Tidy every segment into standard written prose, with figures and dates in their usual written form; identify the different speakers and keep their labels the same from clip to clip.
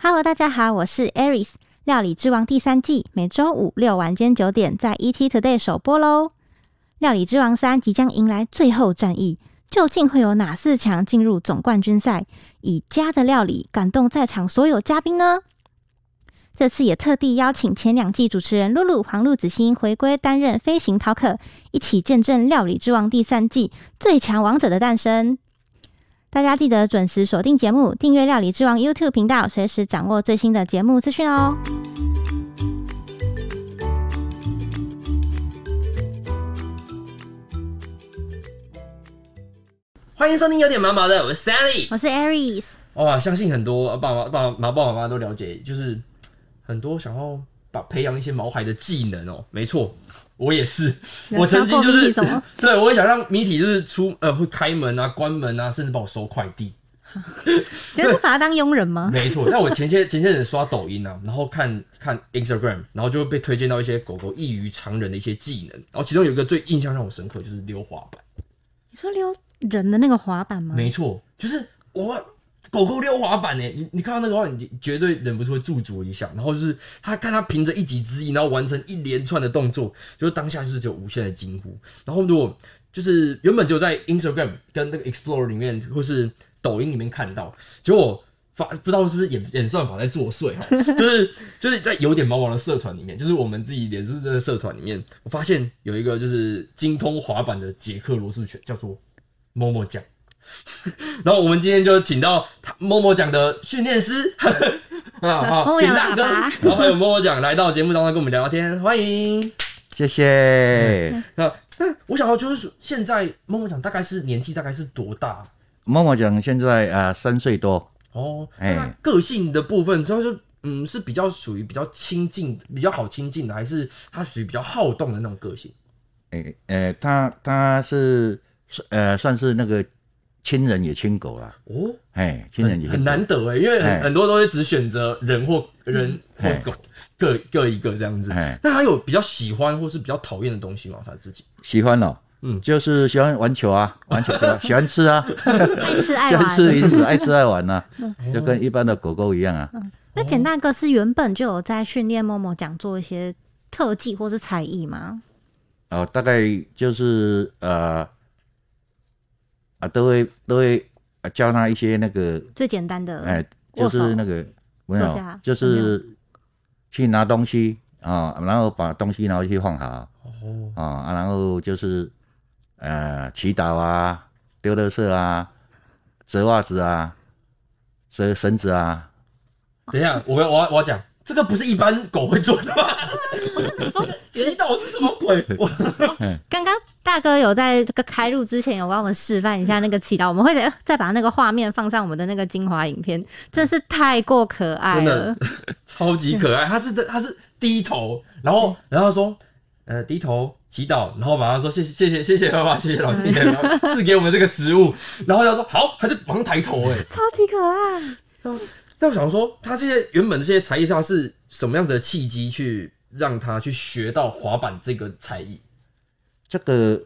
Speaker 1: Hello， 大家好，我是 Aries， 料理之王第3季每周5、6晚间9点在 ET Today 首播喽。料理之王3即将迎来最后战役，究竟会有哪4强进入总冠军赛？以家的料理感动在场所有嘉宾呢？这次也特地邀请前2季主持人露露、黄路子欣回归担任飞行饕客，一起见证料理之王第3季最强王者的诞生。大家记得准时锁定节目，订阅料理之王 YouTube 频道，随时掌握最新的节目资讯哦。
Speaker 2: 欢迎收听有点毛毛的，我是 Sally，
Speaker 1: 我是 Aries。
Speaker 2: 哇，相信很多爸爸妈妈都了解，就是很多想要培养一些毛孩的技能哦。没错，我也是，我曾经就是对，我也想让米体就是会开门啊、关门啊，甚至帮我收快递。
Speaker 1: 其实是把他当佣人吗？
Speaker 2: 没错，但我前些日刷抖音啊，然后看 Instagram， 然后就会被推荐到一些狗狗异于常人的一些技能，然后其中有一个最印象让我深刻，就是溜滑板。
Speaker 1: 你说溜人的那个滑板吗？
Speaker 2: 没错，就是狗狗溜滑板欸，你看到那个话，你绝对忍不住会驻足一下。然后就是看他凭着一己之力，然后完成一连串的动作，就是当下就是只有无限的惊呼。然后如果就是原本就在 Instagram 跟那个 Explorer 里面或是抖音里面看到，结果不知道是不是演算法在作祟就是在有点毛毛的社团里面，就是我们自己脸书的社团里面，我发现有一个就是精通滑板的捷克罗素犬，叫做默默酱。然后我们今天就请到默默酱的训练师简大哥，然后还有默默酱来到节目当中跟我们聊聊天，欢迎，
Speaker 3: 谢谢。
Speaker 2: 那我想要就是现在默默酱大概是年纪大概是多大？
Speaker 3: 默默酱现在3岁多。
Speaker 2: 哦，那个性的部分，就是是比较属于比较亲近、比较好亲近的，还是他属于比较好动的那种个性？
Speaker 3: 他是算是那个亲人也亲狗啦。哦，亲人也亲狗很
Speaker 2: 难得因为很多都会只选择人或狗各一个这样子。那他有比较喜欢或是比较讨厌的东西吗？他自己
Speaker 3: 喜欢哦。就是喜欢玩球啊，玩球喜欢吃啊，
Speaker 1: 爱吃爱玩，
Speaker 3: 喜欢吃零食，爱吃爱玩啊，就跟一般的狗狗一样啊。
Speaker 1: 那简大哥是原本就有在训练默默讲做一些特技或是才艺吗？
Speaker 3: 大概就是都会教他一些那个
Speaker 1: 最简单的，
Speaker 3: 就是那个没有，就是去拿东西啊，然后把东西然后去放好然后就是祈祷啊，丢垃圾啊，折袜子啊，折绳子啊。
Speaker 2: 等一下，我要讲，这个不是一般狗会做的吗？我说祈祷是什么鬼？
Speaker 1: 刚刚大哥有在这个开录之前有帮我们示范一下那个祈祷，我们会再把那个画面放上我们的那个精华影片，真是太过可爱了，
Speaker 2: 真的超级可爱。他是低头，然后说低头祈祷，然后马上说谢谢爸爸，谢谢老天爷，然后赐给我们这个食物，然后他说好，他就马上抬头，
Speaker 1: 超级可爱。
Speaker 2: 但我想说，他原本这些才艺上是什么样子的契机去让他去学到滑板这个才艺？
Speaker 3: 这个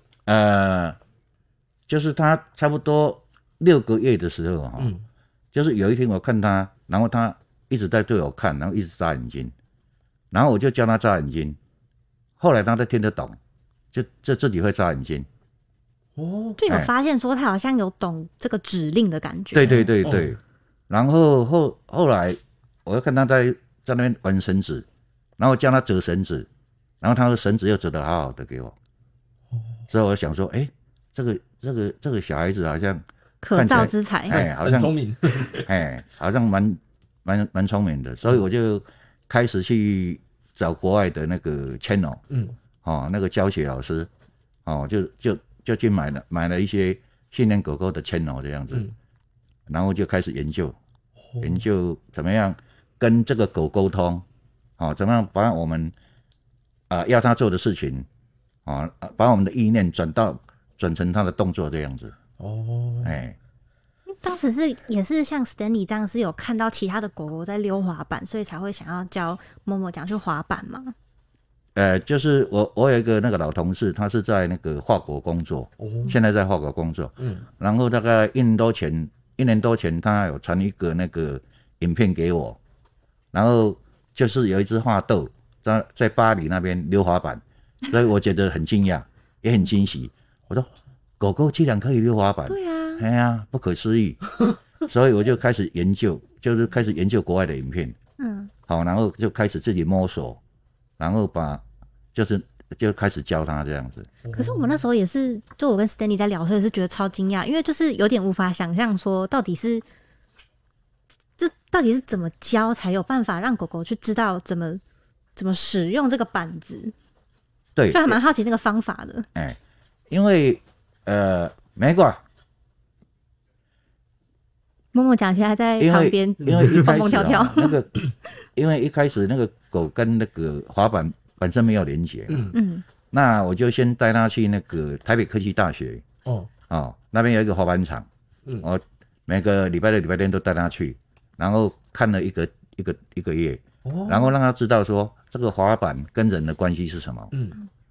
Speaker 3: 就是他差不多6个月的时候就是有一天我看他，然后他一直在对我看，然后一直眨眼睛，然后我就教他眨眼睛。后来他都听得懂，就自己会眨眼睛。
Speaker 1: 就有发现说他好像有懂这个指令的感觉。
Speaker 3: 对。然后后来我又看他在那边玩绳子，然后教他折绳子，然后他的绳子又折得好好的给我。所以我想说，这个小孩子好像
Speaker 1: 可造之才，
Speaker 3: 好像
Speaker 2: 很聪明，
Speaker 3: 好像蛮聪明的，所以我就开始去找国外的那个 channel， 那个教学老师，就去买了一些训练狗狗的 channel 这样子，然后就开始研究怎么样跟这个狗沟通，怎么样把我们要他做的事情，把我们的意念转成他的动作这样子。
Speaker 1: 当时也是像 Stanley 这样，是有看到其他的狗狗在溜滑板，所以才会想要教默默讲去滑板吗？
Speaker 3: 就是我有一个那个老同事，他是在那个法国工作，现在在法国工作，然后大概1年多前，他有传一个那个影片给我， 然后就是有一只画豆在巴黎那边溜滑板，所以我觉得很惊讶，也很惊喜。我说狗狗居然可以溜滑板，
Speaker 1: 对啊，
Speaker 3: 哎呀，不可思议。所以我就开始研究，就是开始研究国外的影片，好，然后就开始自己摸索，然后就开始教他这样子。
Speaker 1: 可是我们那时候也是，就我跟 Stanley 在聊的时候也是觉得超惊讶，因为就是有点无法想象说到底是怎么教才有办法让狗狗去知道怎么使用这个板子。
Speaker 3: 对，
Speaker 1: 就还蛮好奇那个方法的。
Speaker 3: 因为没挂。
Speaker 1: 默默讲，现在在旁边
Speaker 3: 因为一开始
Speaker 1: 蹦蹦跳跳
Speaker 3: 因为一开始那个狗跟那个滑板本身没有连结，那我就先带它去那个台北科技大学，那边有一个滑板场，我每个礼拜六礼拜天都带它去，然后看了一个月，然后让它知道说这个滑板跟人的关系是什么，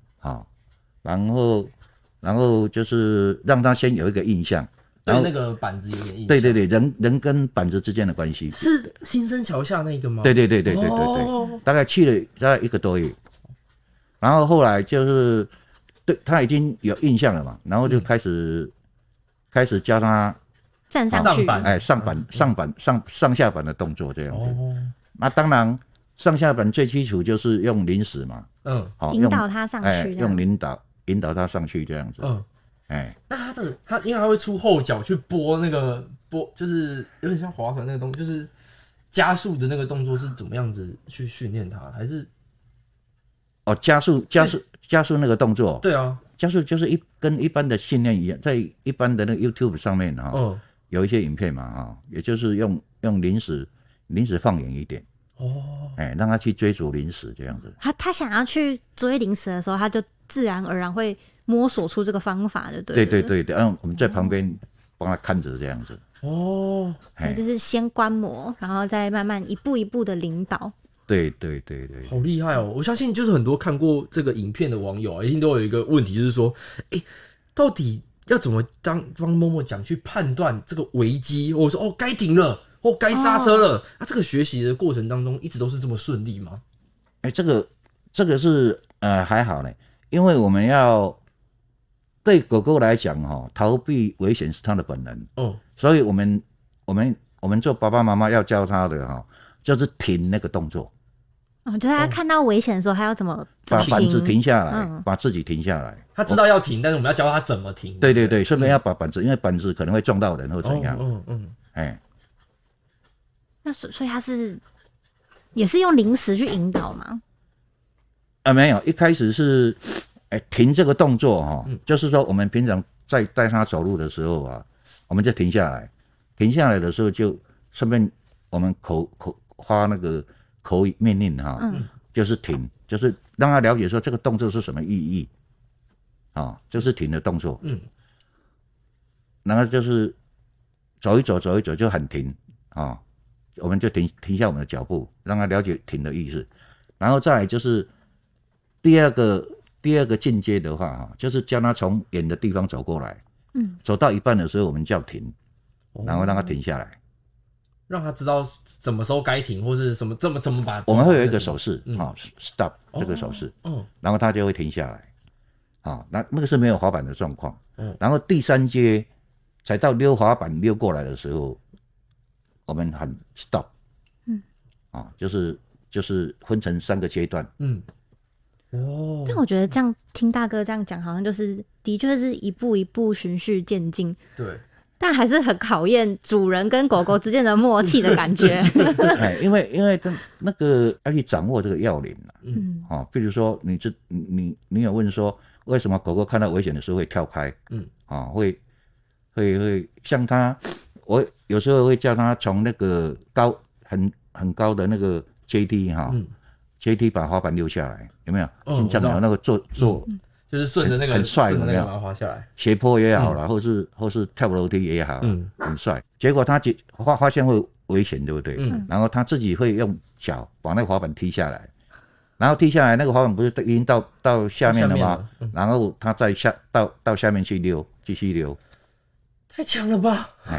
Speaker 3: 然后就是让它先有一个印象。
Speaker 2: 对那个板子有点印象。
Speaker 3: 对对对，人跟板子之间的关系
Speaker 2: 是新生桥下那个吗？
Speaker 3: 对，大概去了大概1个多月，然后后来就是对他已经有印象了嘛，然后就开始教他
Speaker 1: 站上去，
Speaker 3: 上下板的动作这样子。那当然上下板最基础就是用零食嘛，
Speaker 1: 引导他上去，
Speaker 3: 用引导他上去这样子。
Speaker 2: 那他因为他会出后脚去拨那个就是有点像划船那个东西，就是加速的那个动作是怎么样子去训练他？还是
Speaker 3: 加速那个动作？
Speaker 2: 对啊，
Speaker 3: 加速就是跟一般的训练一样，在一般的那个 YouTube 上面有一些影片嘛也就是用零食放远一点让他去追逐零食这样子。
Speaker 1: 他想要去追零食的时候，他就自然而然会摸索出这个方法的，对
Speaker 3: 对，然后我们在旁边帮他看着这样子。
Speaker 1: 就是先观摩，然后再慢慢一步一步的领导。
Speaker 3: 对，
Speaker 2: 好厉害哦！我相信就是很多看过这个影片的网友一定都有一个问题，就是说，到底要怎么帮默默讲去判断这个危机，或者说该停了，或该刹车了？这个学习的过程当中一直都是这么顺利吗？
Speaker 3: 这个是还好呢，因为我们要对狗狗来讲逃避危险是它的本能所以我们做爸爸妈妈要教它的就是停那个动作
Speaker 1: 就是他看到危险的时候，他要怎么
Speaker 3: 把板子停下来，把自己停下来。
Speaker 2: 他知道要停，但是我们要教他怎么停。
Speaker 3: 对，顺便要把板子，因为板子可能会撞到人或怎样。
Speaker 1: 那所以他也是用零食去引导吗？
Speaker 3: 没有，一开始是停这个动作就是说我们平常在带他走路的时候我们就停下来，停下来的时候就顺便我们发那个口语命令就是停，就是让他了解说这个动作是什么意义就是停的动作然后就是走一走就喊停我们就停下我们的脚步，让他了解停的意思。然后再来就是第二个进阶的话就是叫他从远的地方走过来走到一半的时候我们叫停然后让他停下来，
Speaker 2: 让他知道什么时候该停，或是什么怎么把。
Speaker 3: 我们会有一个手势stop 这个手势然后他就会停下来那个是没有滑板的状况然后第3阶才到溜滑板溜过来的时候我们喊 stop 就是分成3个阶段
Speaker 1: 但我觉得这样听大哥这样讲，好像就是的确是一步一步循序渐进。
Speaker 2: 对，
Speaker 1: 但还是很考验主人跟狗狗之间的默契的感觉。
Speaker 3: 因为那个要去掌握这个要领比如说你有问说为什么狗狗看到危险的时候会跳开会像它，我有时候会叫它从那个很高的那个阶梯阶梯把滑板溜下来，有没有？经常有那个做
Speaker 2: 就是顺着那个
Speaker 3: 很帅，有没有？
Speaker 2: 把它滑下来，
Speaker 3: 斜坡也好啦，或是跳楼梯也好，很帅。结果他发现会危险，对不对？然后他自己会用脚把那个滑板踢下来，然后踢下来那个滑板不是已经到下面了吗？然后他再到下面去溜，继续溜。
Speaker 2: 太强了吧！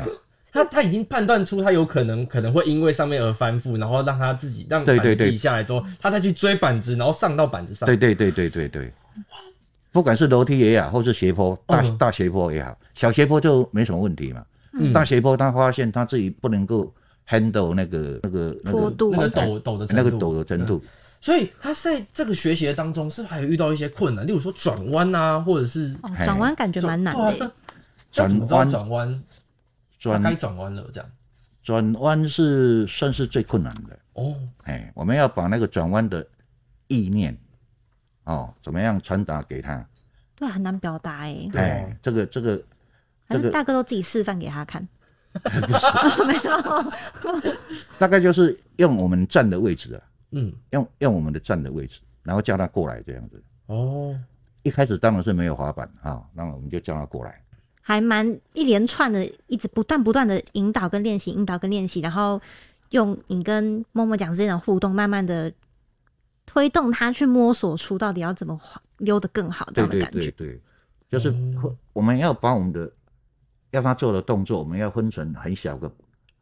Speaker 2: 他已经判断出他有可能会因为上面而翻覆，然后让他自己让板子自己下来之后，他再去追板子，然后上到板子上。
Speaker 3: 对，不管是楼梯也好，或是斜坡，大斜坡也好，小斜坡就没什么问题嘛。大斜坡他发现他自己不能够 handle 那个
Speaker 1: 坡度、
Speaker 2: 那个陡的程度。所以他在这个学习的当中，是不是还有遇到一些困难？例如说转弯啊，或者是
Speaker 1: 转弯感觉蛮难的。
Speaker 2: 转弯，他该转弯了，这样。
Speaker 3: 转弯是算是最困难的哦。我们要把那个转弯的意念怎么样传达给他？
Speaker 1: 对，很难表达
Speaker 3: 这个，
Speaker 1: 还是大哥都自己示范给他看。
Speaker 3: 不是，
Speaker 1: 没有，
Speaker 3: 大概就是用我们站的位置啊。用我们的站的位置，然后叫他过来这样子。一开始当然是没有滑板那我们就叫他过来。
Speaker 1: 还蛮一连串的，一直不断的引导跟练习，然后用你跟默默讲之间的互动，慢慢的推动他去摸索出到底要怎么溜得更好这样的感觉。
Speaker 3: 对，就是我们要把我们的要他做的动作，我们要分成很小个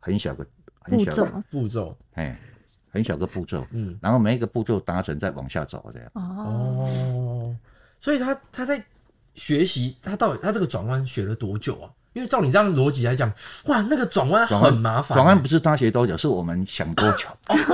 Speaker 2: 步骤，
Speaker 3: 很小个步骤，然后每一个步骤达成再往下走这样。
Speaker 2: 所以他在学习，他这个转弯学了多久啊？因为照你这样逻辑来讲，哇，那个转弯很麻烦。
Speaker 3: 转弯不是他学多久，是我们想多久。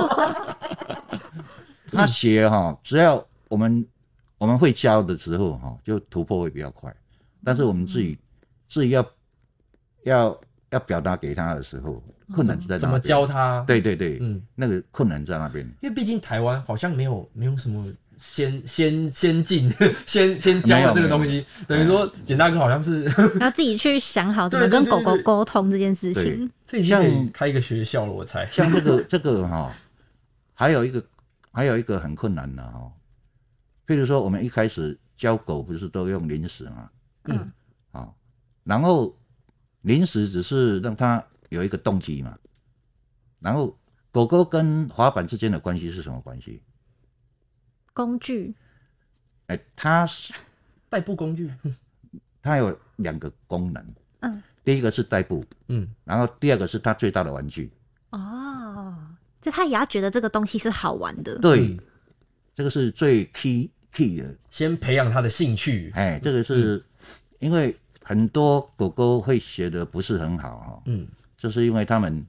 Speaker 3: 他学只要我们会教的时候就突破会比较快，但是我们自己要表达给他的时候，困难是在那边。
Speaker 2: 怎么教他？
Speaker 3: 对，那个困难在那边。
Speaker 2: 因为毕竟台湾好像没有什么先进先教这个东西，等于说简大哥好像是
Speaker 1: 要自己去想好怎么跟狗狗沟通这件事情。
Speaker 2: 这已经可以开一个学校了，我猜。
Speaker 3: 像这个还有一个很困难的譬如说我们一开始教狗不是都用零食嘛，然后零食只是让它有一个动机嘛，然后狗狗跟滑板之间的关系是什么关系？
Speaker 1: 工具，
Speaker 3: 它是
Speaker 2: 代步工具，
Speaker 3: 它有2个功能，第一个是代步，然后第二个是它最大的玩具。
Speaker 1: 就他也要觉得这个东西是好玩的。
Speaker 3: 对，这个是最 key 的，
Speaker 2: 先培养他的兴趣。
Speaker 3: 这个是因为很多狗狗会学的不是很好就是因为他们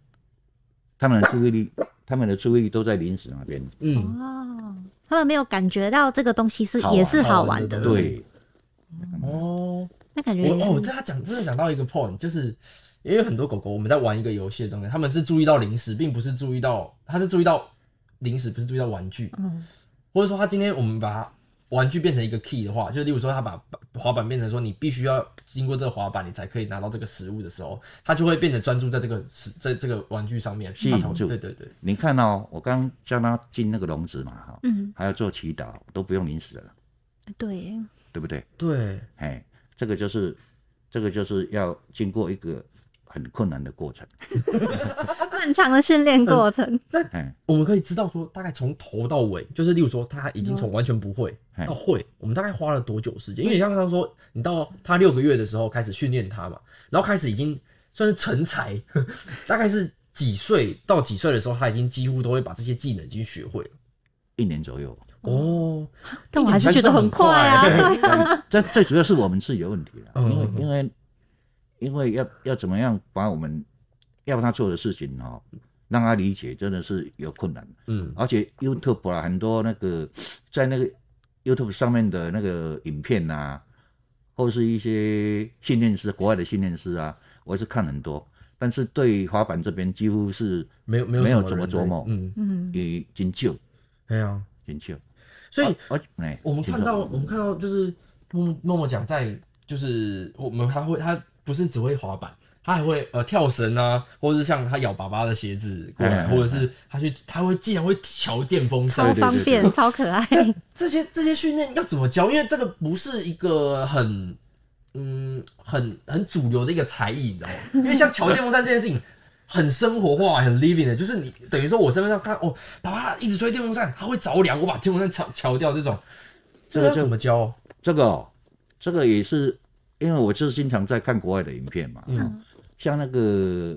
Speaker 3: 的注意力都在零食那边。
Speaker 1: 他们没有感觉到这个东西也是好玩的。
Speaker 3: 对。
Speaker 1: 那感觉
Speaker 2: 真的讲到一个 point， 就是因为很多狗狗我们在玩一个游戏的东西，他们是注意到零食，并不是注意到零食，不是注意到玩具。或者说他今天我们把玩具变成一个 key 的话，就例如说他把滑板变成说你必须要经过这个滑板你才可以拿到这个食物的时候，他就会变得专注在这个玩具上面。对，
Speaker 3: 你看我刚叫他进那个笼子嘛还要做祈祷，都不用零食了。
Speaker 1: 对
Speaker 3: 不对？
Speaker 2: 对，
Speaker 3: 这个就是要经过一个很困难的过程，
Speaker 1: 漫长的训练过程。
Speaker 2: 那我们可以知道说，大概从头到尾，就是例如说，他已经从完全不会到会，我们大概花了多久时间？因为你刚刚说，你到他6个月的时候开始训练他嘛，然后开始已经算是成才，大概是几岁到几岁的时候，他已经几乎都会把这些技能已经学会了
Speaker 3: ，1年左右。
Speaker 1: 但我还是觉得很快啊。对啊，
Speaker 3: 这最主要是我们自己有问题了，因为要怎么样把我们要他做的事情让他理解，真的是有困难。而且 YouTube 很多在那个 YouTube 上面的那个影片或是一些训练师，国外的训练师我也是看很多，但是对滑板这边几乎是没有怎么琢磨，也真少，真少。
Speaker 2: 所以我们看到就是默默讲在就是他不是只会滑板，他还会跳绳或者是像他咬爸爸的鞋子过来，或者是他会竟然会调电风扇，
Speaker 1: 超方便，超可爱。
Speaker 2: 这些训练要怎么教？因为这个不是一个很主流的一个才艺，你知道吗？因为像调电风扇这件事情很生活化，很 living 的，就是你等于说我身边上看爸爸一直吹电风扇，他会着凉，我把电风扇调掉，这种这个要怎么教？这
Speaker 3: 个也是因为我就是经常在看国外的影片嘛，像那个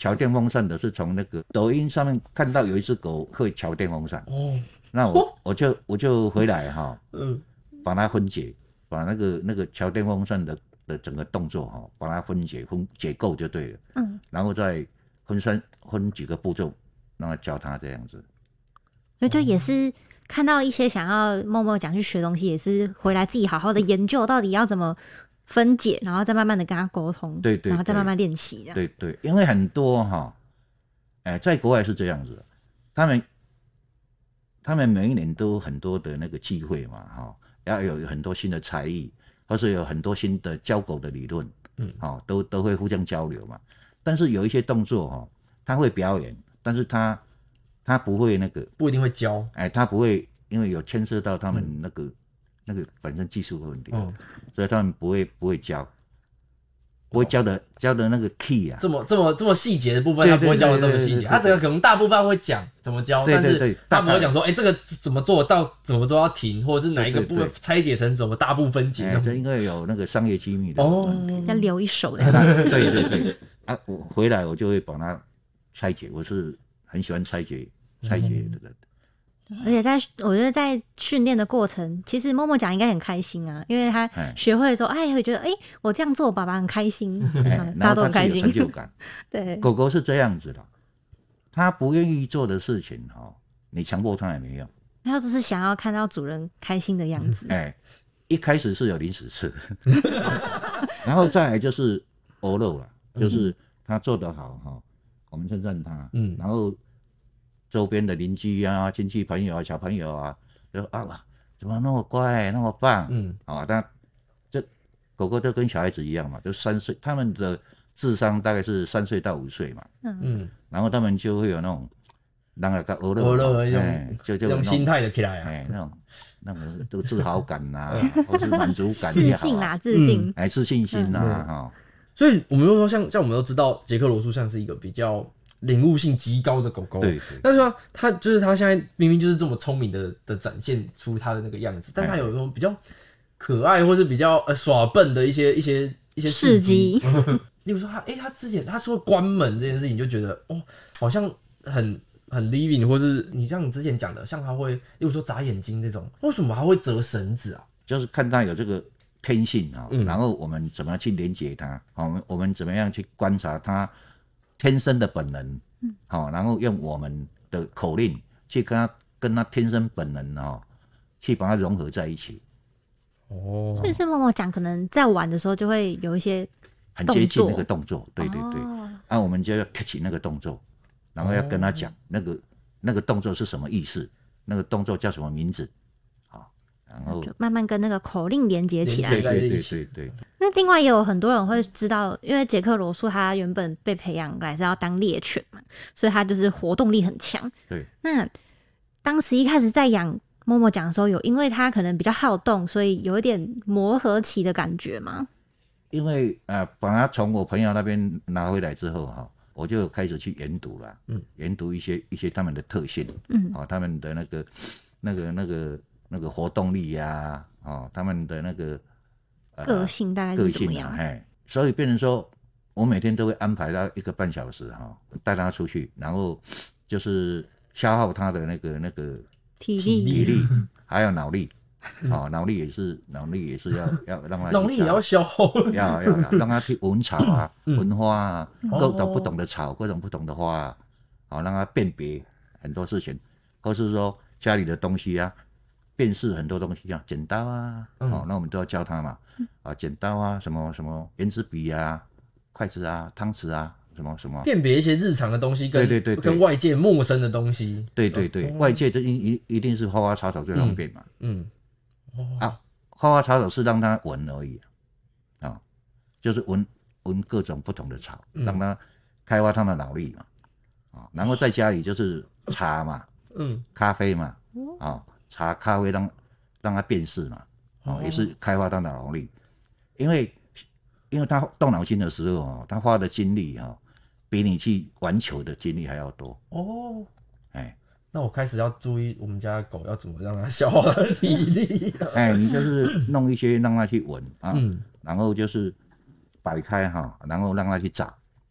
Speaker 3: 敲电风扇的是从那个抖音上面看到有一只狗会敲电风扇，
Speaker 2: 哦，
Speaker 3: 那我就回来哈，把它分解，把那个敲电风扇的整个动作哈，把它分解构就对了，然后再分几个步骤，让它教它这样子。
Speaker 1: 所以就也是看到一些想要默默讲去学东西，也是回来自己好好的研究到底要怎么分解，然后再慢慢的跟他沟通，
Speaker 3: 对，
Speaker 1: 然后再慢慢练习，这样。
Speaker 3: 对，因为很多哈，在国外是这样子，他们每一年都很多的那个机会嘛，哈，要有很多新的才艺，或是有很多新的教狗的理论，都会互相交流嘛。但是有一些动作哈，他会表演，但是他不会那个，
Speaker 2: 不一定会教，
Speaker 3: 他不会，因为有牵涉到他们那个本身技术的问题，所以他们不会教。不会教的那个 key 啊，
Speaker 2: 这么细节的部分，他不会教的这么细节，他整个可能大部分会讲怎么教，但是他不会讲说，这个怎么做到怎么都要停，或者是哪一个部分拆解成什么大部分解。
Speaker 3: 这应该有那个商业机密的
Speaker 1: 要留一手的。
Speaker 3: 对我回来我就会把它拆解，我是很喜欢拆解这个。
Speaker 1: 而且我觉得在训练的过程，其实默默讲应该很开心啊，因为他学会的时候，会觉得我这样做，爸爸很开心，大家都很开心，
Speaker 3: 有成就感。
Speaker 1: 对，
Speaker 3: 狗狗是这样子的，他不愿意做的事情你强迫他也没用，
Speaker 1: 他都是想要看到主人开心的样子。
Speaker 3: 一开始是有零食吃，然后再来就是欧肉了，就是他做得好我们称赞他，然后周边的邻居啊、亲戚朋友啊、小朋友啊，就怎么那么乖、那么棒？但这狗狗就跟小孩子一样嘛，就3岁，他们的智商大概是3岁到5岁嘛，然后他们就会有那种让他个欧乐
Speaker 2: 用心态的起来啊，
Speaker 3: 那种都自豪感呐，或是满足感
Speaker 1: 也好，自信，
Speaker 3: 自信心呐，
Speaker 2: 所以我们就说像我们都知道，捷克罗素像是一个比较领悟性极高的狗狗，
Speaker 3: 对，
Speaker 2: 但是说他现在明明就是这么聪明的展现出他的那个样子，但他有那种比较可爱或是比较耍笨的一些事迹，例如说他之前他说关门这件事情，就觉得好像很 living， 或是你像你之前讲的，像他会例如说眨眼睛这种，为什么他会折绳子啊？
Speaker 3: 就是看他有这个天性然后我们怎么去连接他，我们怎么样去观察他天生的本能，然后用我们的口令去跟他天生本能去把它融合在一起。
Speaker 1: 所以是默默讲，可能在玩的时候就会有一些
Speaker 3: 很接近那个动作，对，我们就要 catch 那个动作，然后要跟他讲那个动作是什么意思，那个动作叫什么名字，然后
Speaker 1: 就慢慢跟那个口令连接起来。
Speaker 3: 对。
Speaker 1: 那另外也有很多人会知道，因为捷克罗素它原本被培养来是要当猎犬嘛，所以它就是活动力很强。
Speaker 3: 对。
Speaker 1: 那当时一开始在养默默讲的时候，有因为它可能比较好动，所以有一点磨合期的感觉吗？
Speaker 3: 因为把它从我朋友那边拿回来之后我就开始去研读了，研读一些他们的特性，他们的那个活动力呀，他们的那个
Speaker 1: 个性大概是怎么样？
Speaker 3: 所以变成说，我每天都会安排到1个半小时带他出去，然后就是消耗他的那个
Speaker 1: 体力，
Speaker 3: 还有脑力。脑力也是要让他
Speaker 2: 脑力也要消耗，
Speaker 3: 要让他去闻草啊，闻花啊，各种不同的草，各种不同的花啊，让他辨别很多事情，或是说家里的东西啊，辨识很多东西啊，剪刀啊，那我们都要教他嘛，剪刀啊，什么圆珠笔啊，筷子啊，汤匙啊，什么
Speaker 2: 辨别一些日常的东西跟外界陌生的东西，
Speaker 3: 对，外界的一定是花花草草最方便嘛，花花草草是让他闻而已就是闻各种不同的草，让他开发他的脑力嘛，然后在家里就是茶嘛，咖啡嘛，茶咖啡让他辨识嘛，也是开发他的脑力，因为他动脑筋的时候他花的精力比你去玩球的精力还要多
Speaker 2: 那我开始要注意我们家的狗要怎么让它消耗它的体力
Speaker 3: 你就是弄一些让它去闻然后就是摆开然后让它去找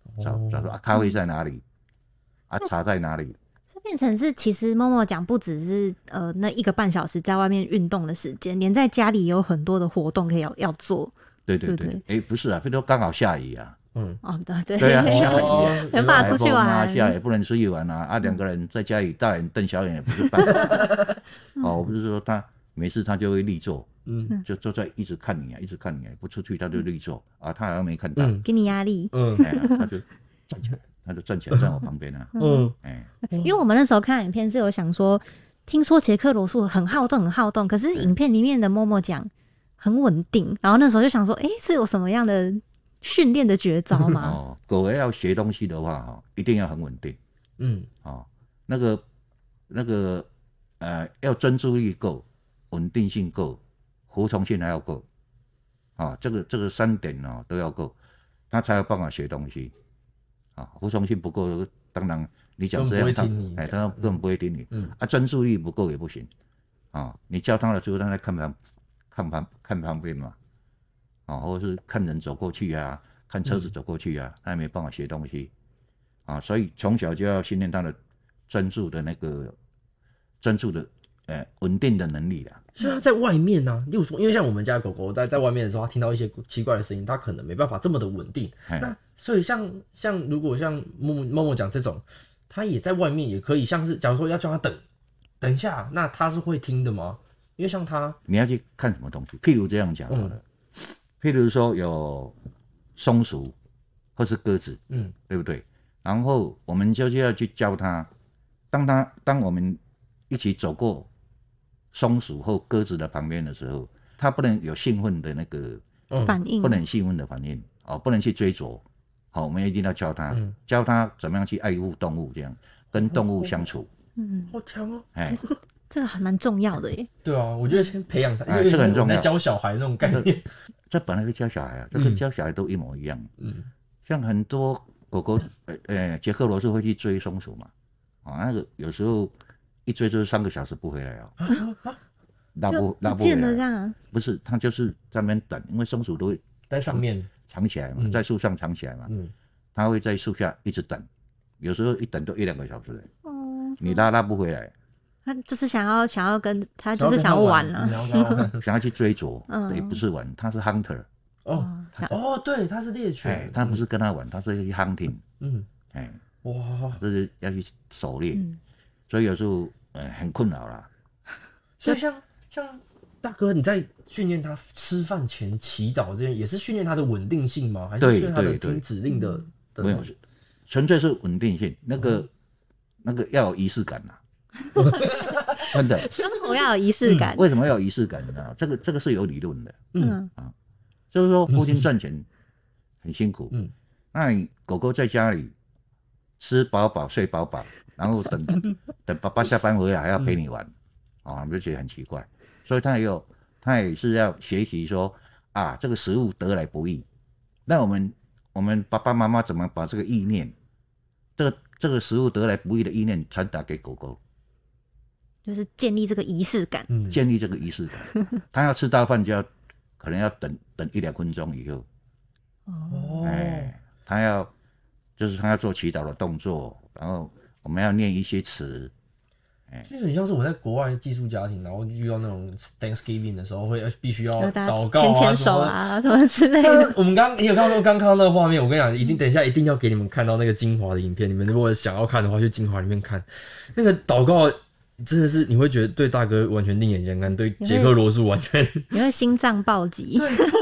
Speaker 3: 找说咖啡在哪里，茶在哪里。
Speaker 1: 变成是，其实默默讲不只是那1个半小时在外面运动的时间，连在家里有很多的活动可以要做。
Speaker 3: 对，不是啊，非说刚好下雨啊。
Speaker 1: 对
Speaker 3: 啊，下雨
Speaker 1: 没办法出去玩，
Speaker 3: 下雨不能出去玩啊，2个人在家里大眼瞪小眼也不是办法。我不是说他没事他就会立坐，就坐在一直看你啊，不出去他就立坐啊，他好像没看到，
Speaker 1: 给你压力，
Speaker 3: 他就站起来站我旁边啊，
Speaker 1: 因为我们那时候看影片是有想说，听说杰克罗素很好动，可是影片里面的默默讲很稳定，然后那时候就想说，是有什么样的训练的绝招吗？
Speaker 3: 狗儿要学东西的话，一定要很稳定，那个要专注力够，稳定性够，服从性还要够，这个3点都要够，他才有办法学东西。服从性不够，当然你讲这样他根本不会听你。专注力不够也不行。你教他的时候，他在看旁边嘛，或者是看人走过去啊，看车子走过去啊，他也没办法学东西。所以从小就要训练他的专注的稳定的能力啦。
Speaker 2: 所以他在外面呢，例如说，因为像我们家的狗狗在外面的时候，它听到一些奇怪的声音，它可能没办法这么的稳定。那所以像如果像默默讲这种，它也在外面也可以，像是假如说要叫它等一下，那它是会听的吗？因为像它，
Speaker 3: 你要去看什么东西，譬如这样讲好了，譬如说有松鼠或是鸽子，对不对？然后我们就要去教它，当我们一起走过松鼠或鸽子的旁边的时候，它不能有兴奋的那个
Speaker 1: 反应，
Speaker 3: 不能兴奋的反应，不能去追逐。我们一定要教它，教它怎么样去爱护动物，这样跟动物相处。
Speaker 2: 好强哦！
Speaker 1: 这个还蛮重要的耶。
Speaker 2: 对啊，我觉得先培养它，
Speaker 3: 这个很重要。
Speaker 2: 教小孩那种概念，
Speaker 3: 这本来就教小孩啊，这跟教小孩都一模一样。像很多狗狗，杰克罗素会去追松鼠嘛，那个有时候一追就是3个小时不回来拉不
Speaker 1: 见了
Speaker 3: 回来。
Speaker 1: 这样
Speaker 3: 不是，它就是在那边等，因为松鼠都会
Speaker 2: 在上面
Speaker 3: 藏起来嘛，在树上藏起来嘛，它会在树下一直等，有时候一等都1-2个小时。你拉不回来。
Speaker 1: 他就是想要跟他就是想要玩了，
Speaker 3: 想要去追逐，也不是玩，他是 hunter。
Speaker 2: 对，他是猎犬，
Speaker 3: 他不是跟他玩，他是去 hunting。
Speaker 2: 哇，
Speaker 3: 这是要去狩猎，所以有时候很困扰啦。
Speaker 2: 所以像大哥，你在训练他吃饭前祈祷这件，也是训练他的稳定性吗？还是训练他的听指令的？
Speaker 3: 没有，纯粹是稳定性，那个要有仪式感啦。真的，
Speaker 1: 生活要有仪式感。
Speaker 3: 为什么要有仪式感呢？这个是有理论的。就是说父亲赚钱很辛苦。那你狗狗在家里吃饱饱睡饱饱，然后等爸爸下班回来还要陪你玩，你就觉得很奇怪。所以他也是要学习说这个食物得来不易。那我们爸爸妈妈怎么把这个意念，这个食物得来不易的意念传达给狗狗？
Speaker 1: 就是建立这个仪式感，
Speaker 3: 建立这个仪式感。他要吃到饭可能要等1-2分钟以后。他要做祈祷的动作，然后我们要念一些词。
Speaker 2: 这很像是我在国外寄宿家庭，然后遇到那种 Thanksgiving 的时候，必须要祷告
Speaker 1: 牵手啊什么之类的。
Speaker 2: 我们你有刚看到那个画面，我跟你讲，等一下一定要给你们看到那个精华的影片。你们如果想要看的话，去精华里面看那个祷告。真的是你会觉得对大哥完全另眼相看，对杰克罗素完全
Speaker 1: 你会心脏暴击。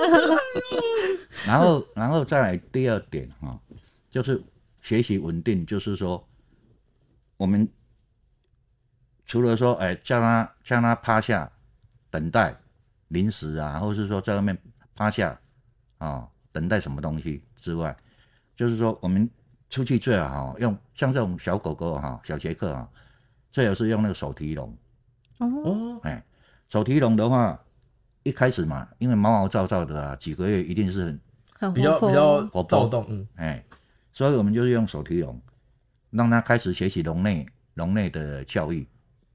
Speaker 3: 然后再来第2点就是学习稳定，就是说我们除了说叫他趴下等待零食啊，或是说在外面趴下等待什么东西之外，就是说我们出去最好用像这种小狗狗小杰克最好是用那个手提笼。手提笼的话，一开始嘛，因为毛毛躁躁的几个月一定是
Speaker 2: 比较躁动，
Speaker 3: 所以我们就是用手提笼，让他开始学习笼内的教育。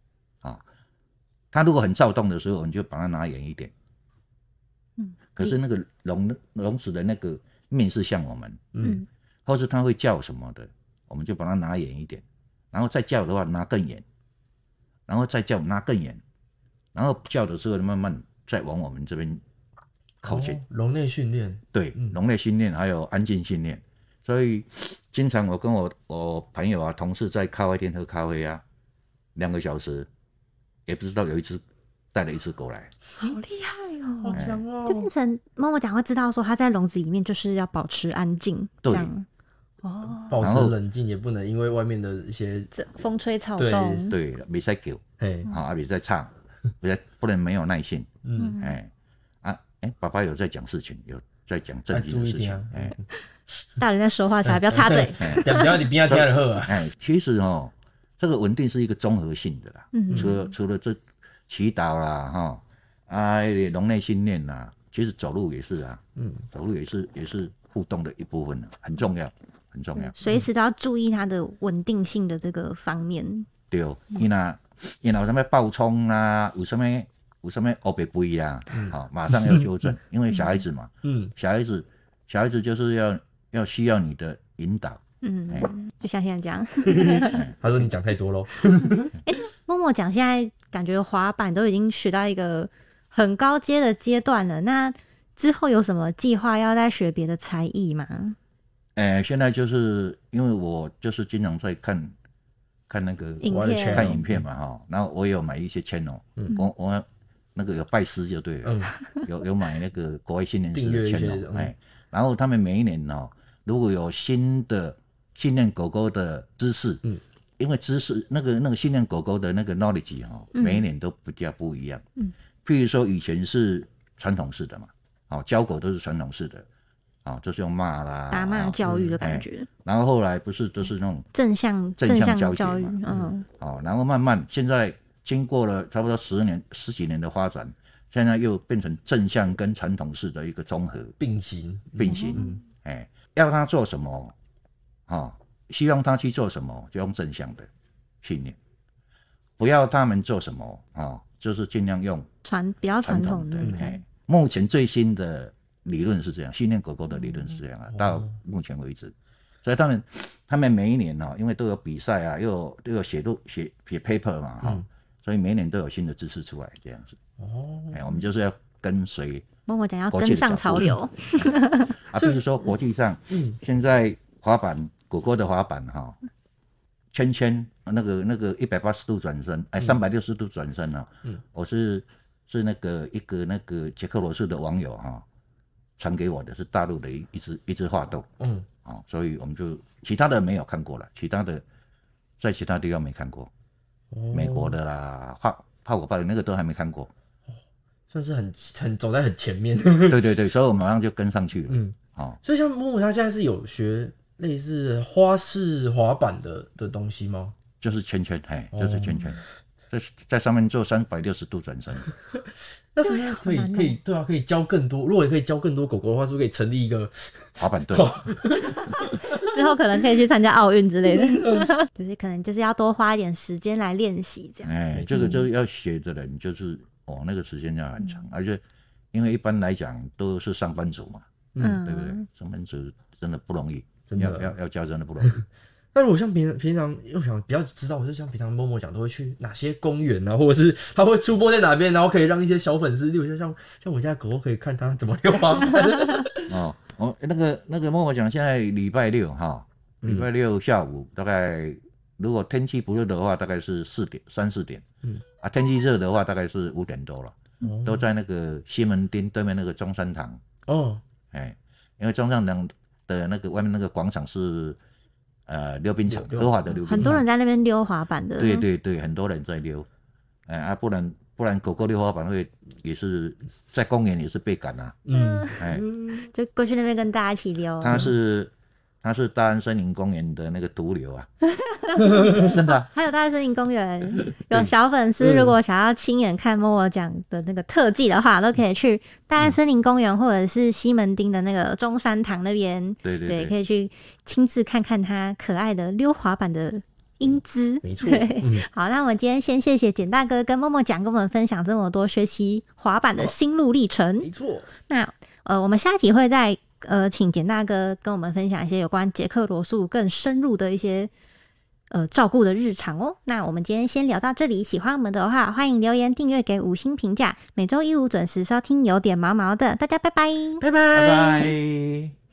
Speaker 3: 他如果很躁动的时候，我们就把它拿远一点。可是那个笼子的那个面是向我们， 或是它会叫什么的，我们就把它拿远一点，然后再叫的话拿更远，然后再叫拿更远，然后叫的时候慢慢再往我们这边靠近。
Speaker 2: 笼内训练，
Speaker 3: 对，笼内训练还有安静训练，所以经常我跟我朋友啊、同事在咖啡店喝咖啡啊，2个小时，也不知道有一只带了一只狗来，
Speaker 1: 好厉害哦！
Speaker 2: 好强哦！
Speaker 1: 就变成默默讲会知道说他在笼子里面就是要保持安静，这
Speaker 3: 对
Speaker 1: 样哦，
Speaker 2: 保持冷静，也不能因为外面的一些
Speaker 1: 这风吹草动，
Speaker 3: 对，没在叫，啊，没在唱，不能没有耐性，爸爸有在讲事情，有在讲正经的事情，
Speaker 1: 大人在说话，小孩不要插嘴，
Speaker 2: 不要你边听就好啊。
Speaker 3: 其实这个稳定是一个综合性的啦，除了这祈祷啦，笼内训练啦，其实走路也是啊，走路也是互动的一部分，很重要，很重要，
Speaker 1: 随时都要注意它的稳定性的这个方面。
Speaker 3: 对，因为有什么爆冲啦，有什么黑白灰啦，马上要纠正，因为小孩子嘛，小孩子就是要需要你的引导，
Speaker 1: 就像现在这样。
Speaker 2: 他说你讲太多咯。
Speaker 1: 默默讲现在感觉滑板都已经学到一个很高阶的阶段了，那之后有什么计划要再学别的才艺吗？
Speaker 3: 现在就是因为我就是经常在看那个看影片嘛，然后我也有买一些 channel，我那个有拜师就对了，有买那个国外训练师的 channel，然后他们每一年如果有新的训练狗狗的知识，因为知识那个训练狗狗的那个 knowledge 每一年都比较不一样，譬如说以前是传统式的嘛，教狗都是传统式的，就是用骂啦，
Speaker 1: 打骂教育的感觉，
Speaker 3: 然后后来不是都是那种
Speaker 1: 正向教育嘛，
Speaker 3: 然后慢慢现在经过了差不多十几年的发展，现在又变成正向跟传统式的一个综合
Speaker 2: 并行，
Speaker 3: 要他做什么，希望他去做什么，就用正向的训练；不要他们做什么，就是尽量用
Speaker 1: 比较传统的。
Speaker 3: 目前最新的理论是这样，训练狗狗的理论是这样到目前为止，所以他们每一年因为都有比赛啊，又有写 paper 嘛，所以每一年都有新的知识出来，这样子。我们就是要跟随。
Speaker 1: 默默讲要跟上潮流。
Speaker 3: 比如说国际上，现在滑板狗狗的滑板圈那个180度转身，360度转身我是那个一个捷克罗斯的网友传给我的，是大陆的一只画豆，所以我们就其他的没有看过了，在其他地方没看过，美国的啦，法国的那个都还没看过。
Speaker 2: 算是很走在很前面。
Speaker 3: 对，所以我马上就跟上去了。
Speaker 2: 所以像默默他现在是有学类似花式滑板的东西吗？
Speaker 3: 就是圈，就是圈，在上面做360度转身。
Speaker 2: 那是不是可以对啊，可以教更多。如果可以教更多狗狗的话，是不是可以成立一个
Speaker 3: 滑板队？
Speaker 1: 之后可能可以去参加奥运之类的，就是可能就是要多花一点时间来练习这样。
Speaker 3: 这个就要学的人就是那个时间要很长，而且因为一般来讲都是上班族嘛，对不对？上班族真的不容易，真的要教真的不容易。
Speaker 2: 那如果像平常又想比较知道，我是像平常默默讲都会去哪些公园啊，或者是他会出没在哪边，然后可以让一些小粉丝，例如像我家狗狗可以看他怎么溜滑板。
Speaker 3: 那个默默讲现在礼拜六下午大概，如果天气不热的话，大概是3、4点，天气热的话大概是5点多了，都在那个西门町对面那个中山堂因为中山堂的那个外面那个广场是溜冰场，合法的溜冰场，
Speaker 1: 很多人在那边溜滑板的。
Speaker 3: 对，很多人在溜，不然狗狗溜滑板也是在公园也是被赶啊，
Speaker 1: 就过去那边跟大家一起溜。
Speaker 3: 它是大安森林公园的那个毒瘤啊，真的。
Speaker 1: 还有大安森林公园有小粉丝，如果想要亲眼看默默讲的那个特技的话，都可以去大安森林公园或者是西门町的那个中山堂那边，对，可以去亲自看看他可爱的溜滑板的英姿。
Speaker 2: 没错。
Speaker 1: 好，那我们今天先谢谢简大哥跟默默讲，跟我们分享这么多学习滑板的心路历程。
Speaker 2: 没错。
Speaker 1: 那我们下一集会再请简大哥跟我们分享一些有关捷克罗素更深入的一些照顾的日常哦。那我们今天先聊到这里，喜欢我们的话，欢迎留言、订阅、给5星评价。每周1、5准时收听，有点毛毛的，大家拜拜，
Speaker 2: 拜拜，
Speaker 3: 拜拜。